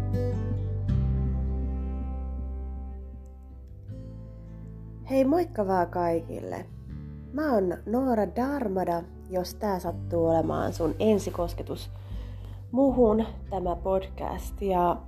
Hei, moikka vaan kaikille! Mä oon Noora Darmada, jos tää sattuu olemaan sun ensikosketus muhun, tämä podcast. Ja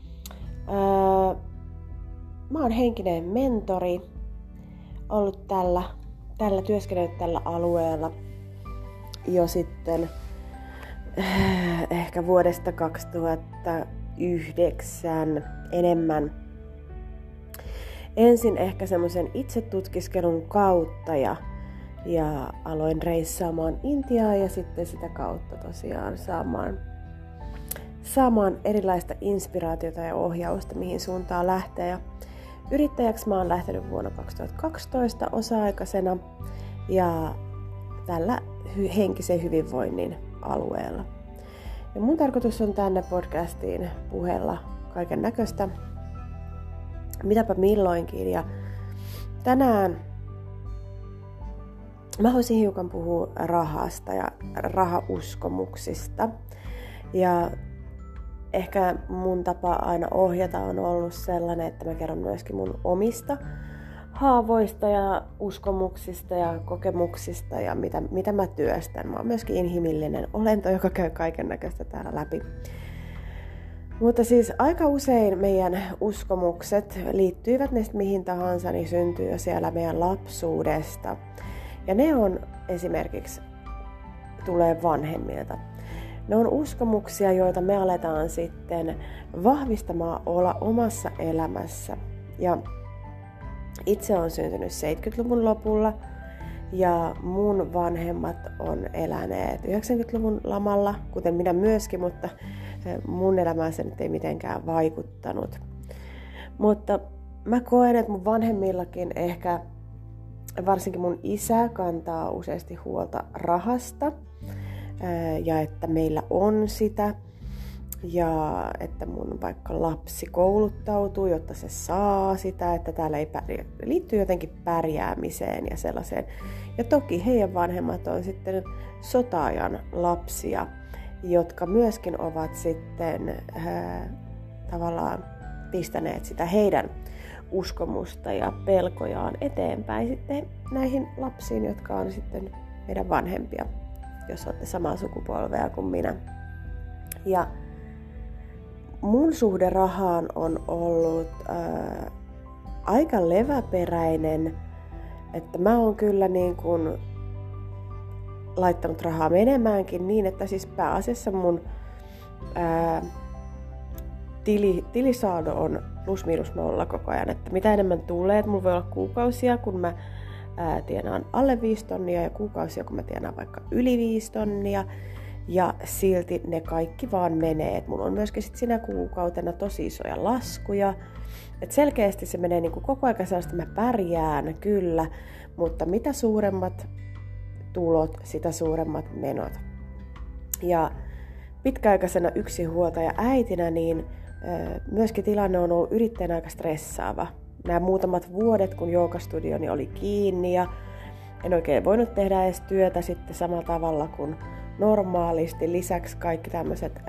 mä oon henkinen mentori, ollut työskennellyt tällä alueella jo sitten ehkä vuodesta 2009 enemmän. Ensin ehkä semmoisen itsetutkiskelun kautta ja aloin reissaamaan Intiaa ja sitten sitä kautta tosiaan saamaan erilaista inspiraatiota ja ohjausta, mihin suuntaan lähtee. Ja yrittäjäksi mä oon lähtenyt vuonna 2012 osa-aikaisena ja tällä henkisen hyvinvoinnin alueella. Ja mun tarkoitus on tänne podcastiin puhella kaiken näköistä, mitäpä milloinkin. Ja tänään mä haluaisin hiukan puhua rahasta ja rahauskomuksista. Ja ehkä mun tapa aina ohjata on ollut sellainen, että mä kerron myöskin mun omista haavoista ja uskomuksista ja kokemuksista ja mitä mä työstän. Mä oon myöskin inhimillinen olento, joka käy kaiken näköistä täällä läpi. Mutta siis aika usein meidän uskomukset liittyivät ne mihin tahansa, niin syntyy jo siellä meidän lapsuudesta. Ja ne on esimerkiksi, tulee vanhemmilta. Ne on uskomuksia, joita me aletaan sitten vahvistamaan olla omassa elämässä. Ja itse on syntynyt 70-luvun lopulla ja mun vanhemmat on eläneet 90-luvun lamalla, kuten minä myöskin, mutta mun elämään se nyt ei mitenkään vaikuttanut. Mutta mä koen, että mun vanhemmillakin ehkä, varsinkin mun isä kantaa useasti huolta rahasta ja että meillä on sitä ja että mun vaikka lapsi kouluttautuu, jotta se saa sitä, että täällä ei liittyy jotenkin pärjäämiseen ja sellaiseen. Ja toki heidän vanhemmat on sitten sota-ajan lapsia, jotka myöskin ovat sitten tavallaan pistäneet sitä heidän uskomusta ja pelkojaan eteenpäin sitten näihin lapsiin, jotka on sitten meidän vanhempia, jos olette samaa sukupolvea kuin minä. Ja mun suhde rahaan on ollut aika leväperäinen, että mä oon kyllä niin kuin laittanut rahaa menemäänkin niin, että siis pääasiassa mun tilisaldo on +/- koko ajan. Että mitä enemmän tulee, että mulla voi olla kuukausia, kun mä tienaan alle 5 tonnia ja kuukausia, kun mä tienaan vaikka yli 5 tonnia. Ja silti ne kaikki vaan menee. Et mulla on myöskin sit siinä kuukautena tosi isoja laskuja. Et selkeästi se menee niinku koko ajan sellaista, mä pärjään kyllä, mutta mitä suuremmat tulot, sitä suuremmat menot. Ja pitkäaikaisena yksinhuoltaja äitinä, niin myöskin tilanne on ollut yrittäjänä aika stressaava. Nämä muutamat vuodet, kun joogastudioni oli kiinni ja en oikein voinut tehdä edes työtä sitten samalla tavalla kuin normaalisti. Lisäksi kaikki tämmöiset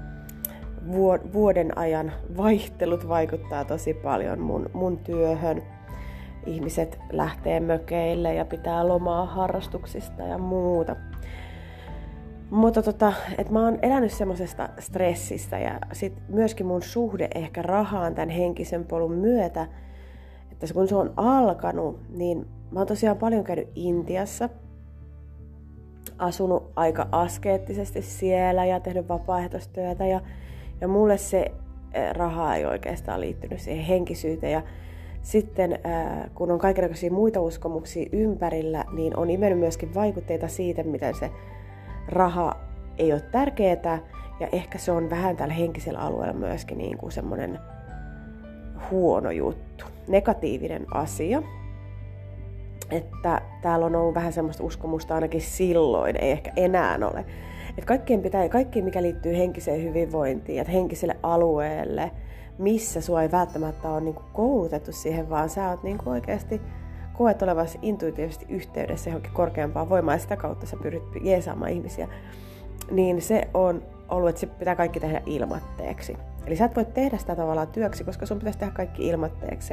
vuoden ajan vaihtelut vaikuttaa tosi paljon mun työhön. Ihmiset lähtee mökeille ja pitää lomaa harrastuksista ja muuta. Mutta että mä oon elänyt semmosesta stressistä ja sit myöskin mun suhde ehkä rahaan tämän henkisen polun myötä, että kun se on alkanut, niin mä oon tosiaan paljon käynyt Intiassa, asunut aika askeettisesti siellä ja tehnyt vapaaehtoistyötä ja mulle se raha ei oikeastaan liittynyt siihen henkisyyteen. Ja sitten kun on kaikenlaisia muita uskomuksia ympärillä, niin on imennyt myöskin vaikutteita siitä, miten se raha ei ole tärkeää ja ehkä se on vähän tällä henkisellä alueella myöskin niin kuin semmoinen huono juttu, negatiivinen asia. Että täällä on ollut vähän semmoista uskomusta ainakin silloin, ei ehkä enää ole. Että kaikki mikä liittyy henkiseen hyvinvointiin ja henkiselle alueelle, missä sua ei välttämättä ole niinku koulutettu siihen, vaan sä oot niinku oikeasti koet olevasi intuitiivisesti yhteydessä johonkin korkeampaan voimaan ja sitä kautta sä pyrit jeesaamaan ihmisiä, niin se on ollut, että se pitää kaikki tehdä ilmatteeksi. Eli sä et voi tehdä sitä tavallaan työksi, koska sun pitäisi tehdä kaikki ilmatteeksi.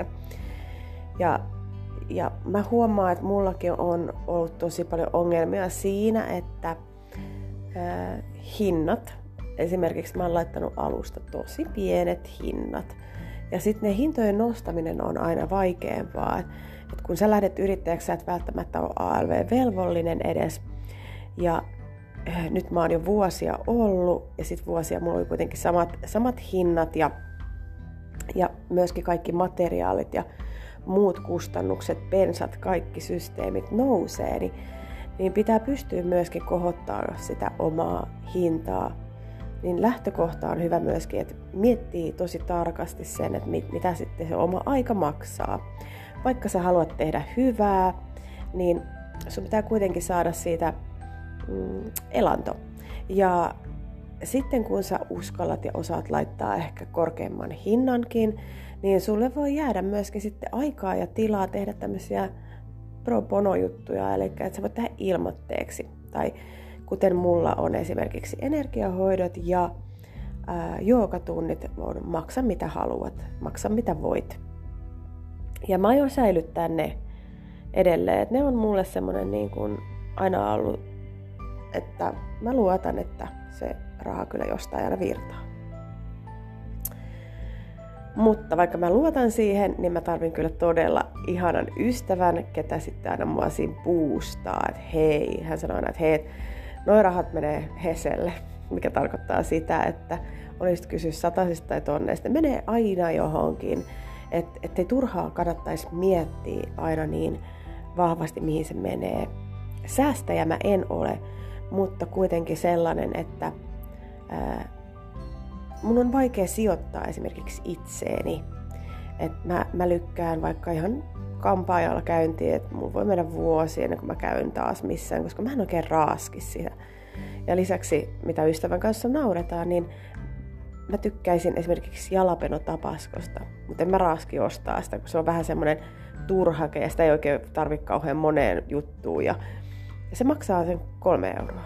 Ja mä huomaan, että mullakin on ollut tosi paljon ongelmia siinä, että hinnat, esimerkiksi mä oon laittanut alusta tosi pienet hinnat. Ja sitten ne hintojen nostaminen on aina vaikeampaa. Et kun sä lähdet yrittäjäksi, sä et välttämättä ole ALV-velvollinen edes. Ja nyt mä oon jo vuosia ollut, ja sitten vuosia mulla oli kuitenkin samat hinnat ja myöskin kaikki materiaalit ja muut kustannukset, bensat, kaikki systeemit nousee, niin pitää pystyä myöskin kohottamaan sitä omaa hintaa. Niin lähtökohta on hyvä myöskin, että miettii tosi tarkasti sen, että mitä sitten se oma aika maksaa. Vaikka sä haluat tehdä hyvää, niin sun pitää kuitenkin saada siitä elanto. Ja sitten kun sä uskallat ja osaat laittaa ehkä korkeamman hinnankin, niin sulle voi jäädä myöskin sitten aikaa ja tilaa tehdä tämmöisiä pro bono juttuja, eli että sä voit tehdä ilmatteeksi. Tai kuten mulla on esimerkiksi energiahoidot ja joogatunnit, on maksa mitä haluat, maksa mitä voit. Ja mä aion säilyttää ne edelleen, että ne on mulle semmoinen niin kuin aina ollut, että mä luotan, että se raha kyllä jostain aina virtaa. Mutta vaikka mä luotan siihen, niin mä tarvin kyllä todella ihanan ystävän, ketä sitten aina mua siinä boostaa, että hei, hän sanoo aina, että hei, noi rahat menee Heselle, mikä tarkoittaa sitä, että olisit kysyä satasista tai tonneista, menee aina johonkin, ettei turhaa kannattaisi miettiä aina niin vahvasti, mihin se menee. Säästäjä mä en ole, mutta kuitenkin sellainen, että mun on vaikea sijoittaa esimerkiksi itseeni. Että mä lykkään vaikka ihan kampaajalla käyntiin, että mulla voi mennä vuosia ennen kuin mä käyn taas missään, koska mä en oikein raaski sitä. Ja lisäksi, mitä ystävän kanssa nauretaan, niin mä tykkäisin esimerkiksi jalapenotapaskosta, mutta en mä raaski ostaa sitä, kun se on vähän semmoinen turhake ja sitä ei oikein tarvitse kauhean moneen juttuun. Ja se maksaa sen 3 euroa.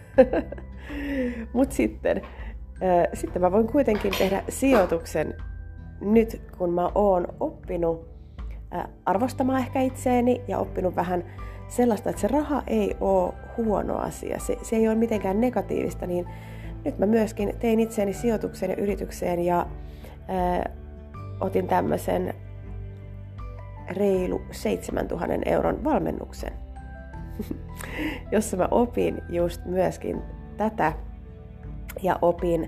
Mutta sitten mä voin kuitenkin tehdä sijoituksen nyt, kun mä oon oppinut arvostamaan ehkä itseäni ja oppinut vähän sellaista, että se raha ei ole huono asia, se ei ole mitenkään negatiivista, niin nyt mä myöskin tein itseäni sijoitukseen ja yritykseen ja otin tämmöisen reilu 7 000 euron valmennuksen, jossa mä opin just myöskin tätä ja opin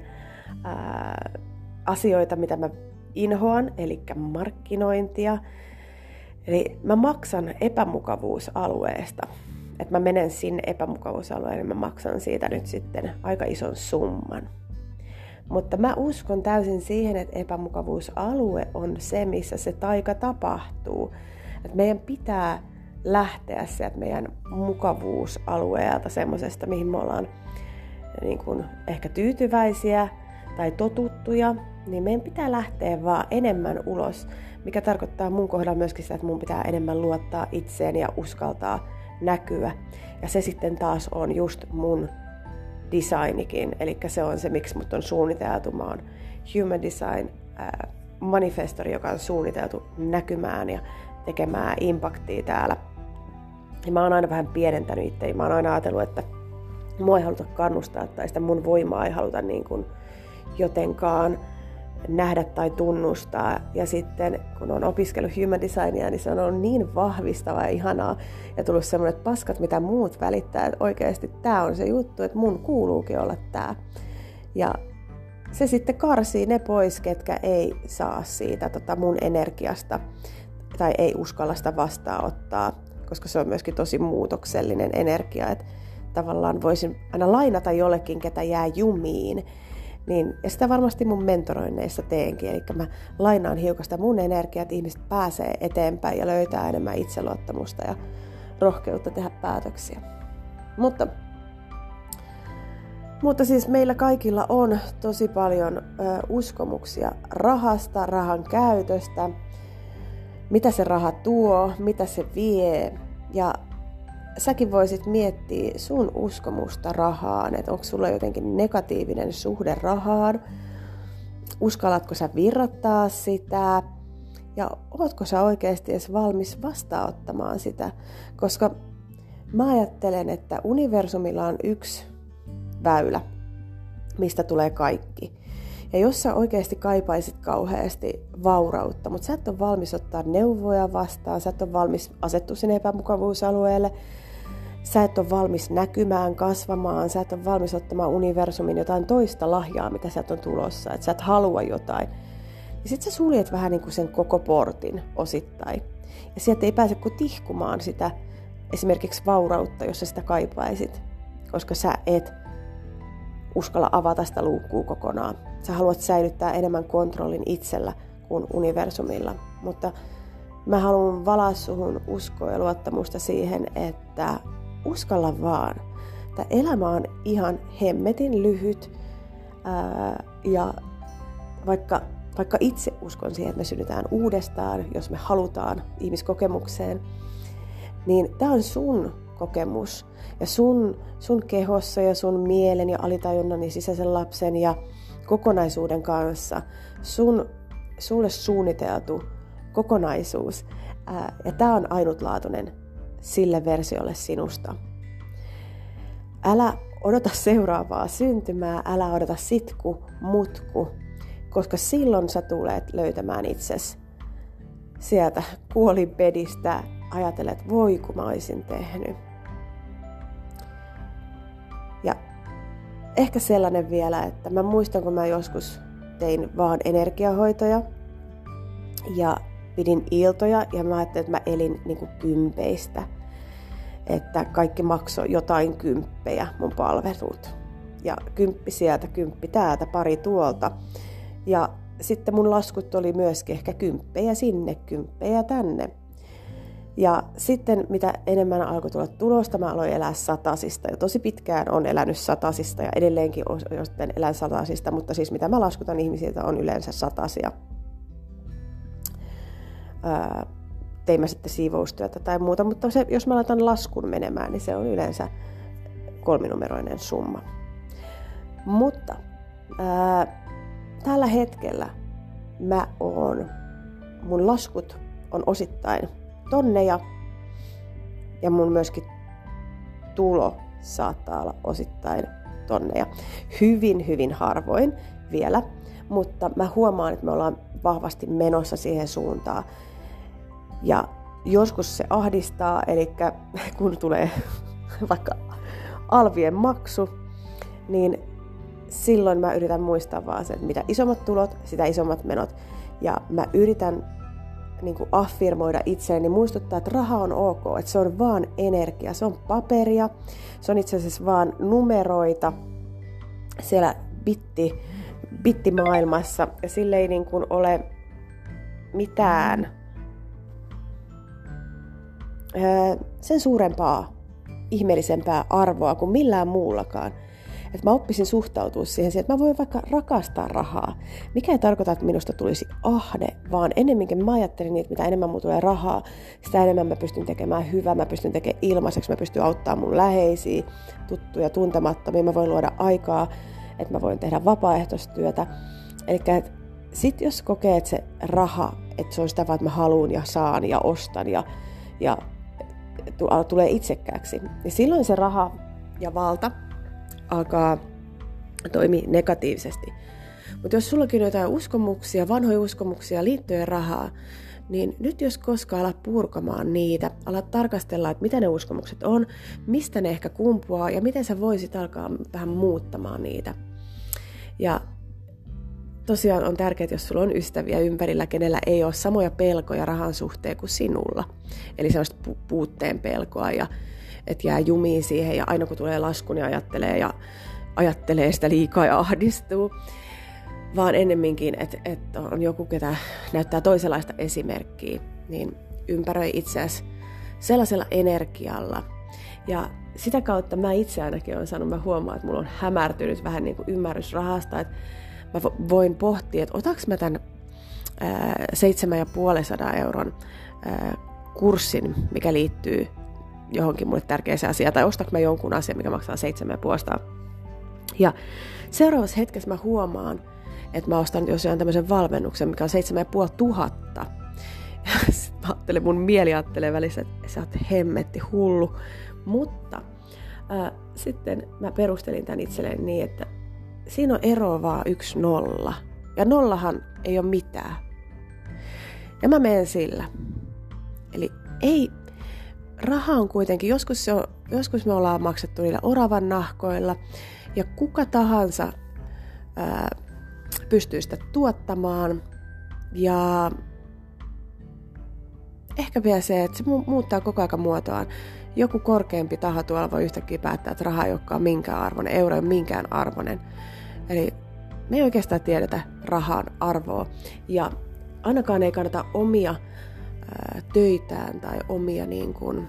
asioita, mitä mä inhoan, eli markkinointia. Eli mä maksan epämukavuusalueesta. Että mä menen sinne epämukavuusalueelle, niin mä maksan siitä nyt sitten aika ison summan. Mutta mä uskon täysin siihen, että epämukavuusalue on se, missä se taika tapahtuu. Että meidän pitää lähteä sieltä meidän mukavuusalueelta, semmoisesta, mihin me ollaan niin kuin ehkä tyytyväisiä tai totuttuja, niin meidän pitää lähteä vaan enemmän ulos, mikä tarkoittaa mun kohdalla myöskin sitä, että mun pitää enemmän luottaa itseen ja uskaltaa näkyä. Ja se sitten taas on just mun designikin, eli se on se, miksi mut on suunniteltu. Mä oon Human Design manifestori, joka on suunniteltu näkymään ja tekemään impaktia täällä. Ja mä oon aina vähän pienentänyt itseäni. Mä oon aina ajatellut, että mua ei haluta kannustaa tai sitä mun voimaa ei haluta niin kuin jotenkaan nähdä tai tunnustaa. Ja sitten kun on opiskellut Human Designia, niin se on ollut niin vahvistavaa ja ihanaa ja tullut semmoinen paskat, mitä muut välittää, että oikeasti tämä on se juttu, että mun kuuluukin olla tämä. Ja se sitten karsii ne pois, ketkä ei saa siitä mun energiasta tai ei uskalla sitä vastaanottaa, koska se on myöskin tosi muutoksellinen energia, että tavallaan voisin aina lainata jollekin, ketä jää jumiin. Niin, ja sitä varmasti mun mentoroinneissa teenkin, eli mä lainaan hiukan sitä mun energiaa, että ihmiset pääsee eteenpäin ja löytää enemmän itseluottamusta ja rohkeutta tehdä päätöksiä. Mutta siis meillä kaikilla on tosi paljon uskomuksia rahasta, rahan käytöstä, mitä se raha tuo, mitä se vie. Ja säkin voisit miettiä sun uskomusta rahaan, että onko sulla jotenkin negatiivinen suhde rahaan, uskallatko sä virrattaa sitä ja ootko sä oikeasti edes valmis vastaanottamaan sitä, koska mä ajattelen, että universumilla on yksi väylä, mistä tulee kaikki. Ja jos sä oikeasti kaipaisit kauheasti vaurautta, mutta sä et ole valmis ottaa neuvoja vastaan, sä et ole valmis asettua sinne epämukavuusalueelle, sä et ole valmis näkymään, kasvamaan, sä et ole valmis ottamaan universumin jotain toista lahjaa, mitä sieltä on tulossa, että sä et halua jotain. Ja sit sä suljet vähän niin kuin sen koko portin osittain. Ja sieltä ei pääse kuin tihkumaan sitä esimerkiksi vaurautta, jos sä sitä kaipaisit, koska sä et uskalla avata sitä luukkua kokonaan. Sä haluat säilyttää enemmän kontrollin itsellä kuin universumilla. Mutta mä haluan valaa suhun uskoa ja luottamusta siihen, että uskalla vaan. Tämä elämä on ihan hemmetin lyhyt. Ja vaikka itse uskon siihen, että me synnytään uudestaan, jos me halutaan ihmiskokemukseen, niin tämä on sun kokemus. Ja sun kehossa ja sun mielen ja alitajunnan ja sisäisen lapsen ja kokonaisuuden kanssa sulle suunniteltu kokonaisuus. Ja tämä on ainutlaatuinen sille versiolle sinusta. Älä odota seuraavaa syntymää, älä odota mutku, koska silloin sä tulet löytämään itsesi sieltä kuolinpedistä, ajatellet, voi kun mä olisin tehnyt. Ja ehkä sellainen vielä, että mä muistan, kun mä joskus tein vaan energiahoitoja ja pidin iltoja ja mä ajattelin, että mä elin niin kuin kympeistä. Että kaikki maksoi jotain kymppejä mun palvelut. Ja kymppi sieltä, kymppi täältä, pari tuolta. Ja sitten mun laskut oli myöskin ehkä kymppejä sinne, kymppejä tänne. Ja sitten mitä enemmän alkoi tulla tulosta, mä aloin elää satasista. Ja tosi pitkään on elänyt satasista ja edelleenkin elän satasista, mutta siis mitä mä laskutan ihmisiltä on yleensä satasia. Tein mä sitten siivoustyötä tai muuta, mutta jos mä laitan laskun menemään, niin se on yleensä 3-numeroinen summa. Mutta tällä hetkellä mun laskut on osittain tonneja ja mun myöskin tulo saattaa olla osittain tonneja. Hyvin, hyvin harvoin vielä, mutta mä huomaan, että me ollaan vahvasti menossa siihen suuntaan. Ja joskus se ahdistaa, eli kun tulee vaikka alvien maksu, niin silloin mä yritän muistaa vaan se, että mitä isommat tulot, sitä isommat menot. Ja mä yritän niin kuin affirmoida itseäni, muistuttaa, että raha on ok, että se on vaan energia, se on paperia, se on itse asiassa vaan numeroita siellä bittimaailmassa ja sille ei niin kuin ole mitään sen suurempaa, ihmeellisempää arvoa kuin millään muullakaan. Että mä oppisin suhtautua siihen, että mä voin vaikka rakastaa rahaa. Mikä ei tarkoita, että minusta tulisi ahne, vaan ennemminkin mä ajattelin niin, että mitä enemmän mulla tulee rahaa, sitä enemmän mä pystyn tekemään hyvää, mä pystyn tekemään ilmaiseksi, mä pystyn auttamaan mun läheisiä, tuttuja, tuntemattomia, mä voin luoda aikaa, että mä voin tehdä vapaaehtoistyötä. Eli sit jos kokee, että se raha, että se on sitä vaan, että mä haluun ja saan ja ostan ja tulee itsekkääksi, niin silloin se raha ja valta alkaa toimia negatiivisesti. Mutta jos sullakin on jotain uskomuksia, vanhoja uskomuksia liittyen rahaa, niin nyt jos koskaan alat purkamaan niitä, alat tarkastella, että mitä ne uskomukset on, mistä ne ehkä kumpuaa ja miten sä voisit alkaa vähän muuttamaan niitä. Ja tosiaan on tärkeää, jos sulla on ystäviä ympärillä, kenellä ei ole samoja pelkoja rahan suhteen kuin sinulla. Eli sellaista puutteen pelkoa ja että jää jumiin siihen ja aina kun tulee lasku, niin ajattelee sitä liikaa ja ahdistuu. Vaan ennemminkin, että on joku, ketä näyttää toisenlaista esimerkkiä, niin ympäröi itseäsi sellaisella energialla. Ja sitä kautta mä itse ainakin olen saanut, mä huomaan, että mulla on hämärtynyt vähän niin kuin ymmärrys rahasta, että mä voin pohtia, että otaks mä tämän 750 € kurssin, mikä liittyy johonkin mulle tärkeäseen asiaan, tai ostanko mä jonkun asian, mikä maksaa 7,5. Ja seuraavassa hetkessä mä huomaan, että mä ostan jossain tämmöisen valmennuksen, mikä on 7,500. Ja sit mä ajattelen, mun mieli ajattelee välissä, että sä oot hemmetti hullu. Mutta sitten mä perustelin tämän itselleni niin, että siinä on ero vaan 1 nolla. Ja nollahan ei ole mitään. Ja mä menen sillä. Eli ei, raha on kuitenkin, joskus me ollaan maksettu niillä oravan nahkoilla, ja kuka tahansa pystyy sitä tuottamaan, ja ehkä vielä se, että se muuttaa koko ajan muotoaan. Joku korkeampi taho tuolla voi yhtäkkiä päättää, että raha ei olekaan minkään arvoinen, euro ei ole minkään arvoinen. Eli me ei oikeastaan tiedetä rahan arvoa, ja ainakaan ei kannata omia töitään tai omia niin kuin,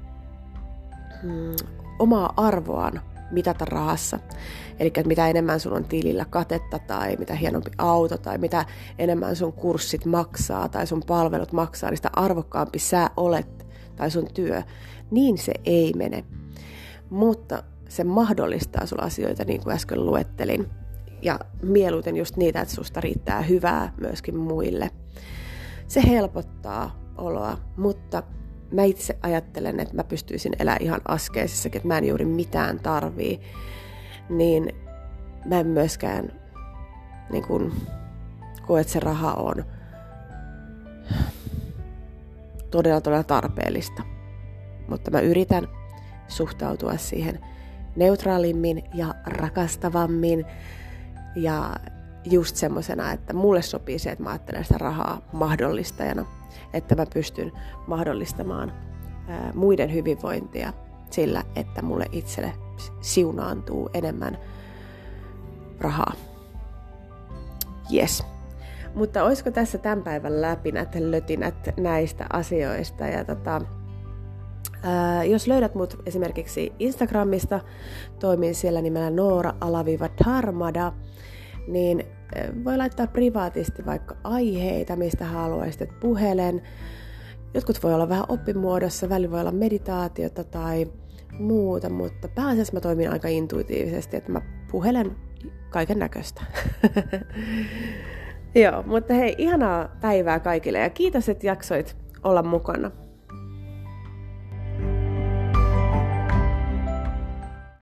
omaa arvoaan mitata rahassa. Eli että mitä enemmän sun on tilillä katetta tai mitä hienompi auto tai mitä enemmän sun kurssit maksaa tai sun palvelut maksaa, niin sitä arvokkaampi sä olet tai sun työ. Niin se ei mene. Mutta se mahdollistaa sulla asioita, niin kuin äsken luettelin. Ja mieluiten just niitä, että susta riittää hyvää myöskin muille. Se helpottaa oloa, mutta mä itse ajattelen, että mä pystyisin elämään ihan askeisissakin, että mä en juuri mitään tarvii. Niin mä en myöskään niin kun, koe, että se raha on todella tarpeellista. Mutta mä yritän suhtautua siihen neutraalimmin ja rakastavammin ja just semmosena, että mulle sopii se, että mä ajattelen sitä rahaa mahdollistajana, että mä pystyn mahdollistamaan muiden hyvinvointia sillä, että mulle itselle siunaantuu enemmän rahaa. Yes. Mutta olisiko tässä tämän päivän läpinät, lötinät näistä asioista? Ja jos löydät mut esimerkiksi Instagramista, toimin siellä nimellä Noora-Dharmada, niin voi laittaa privaatisti vaikka aiheita, mistä haluaisit, että puhelen. Jotkut voi olla vähän oppimuodossa, välillä voi olla meditaatiota tai muuta, mutta pääasiassa mä toimin aika intuitiivisesti, että mä puhelen kaiken näköistä. Joo, mutta hei, ihanaa päivää kaikille ja kiitos, että jaksoit olla mukana.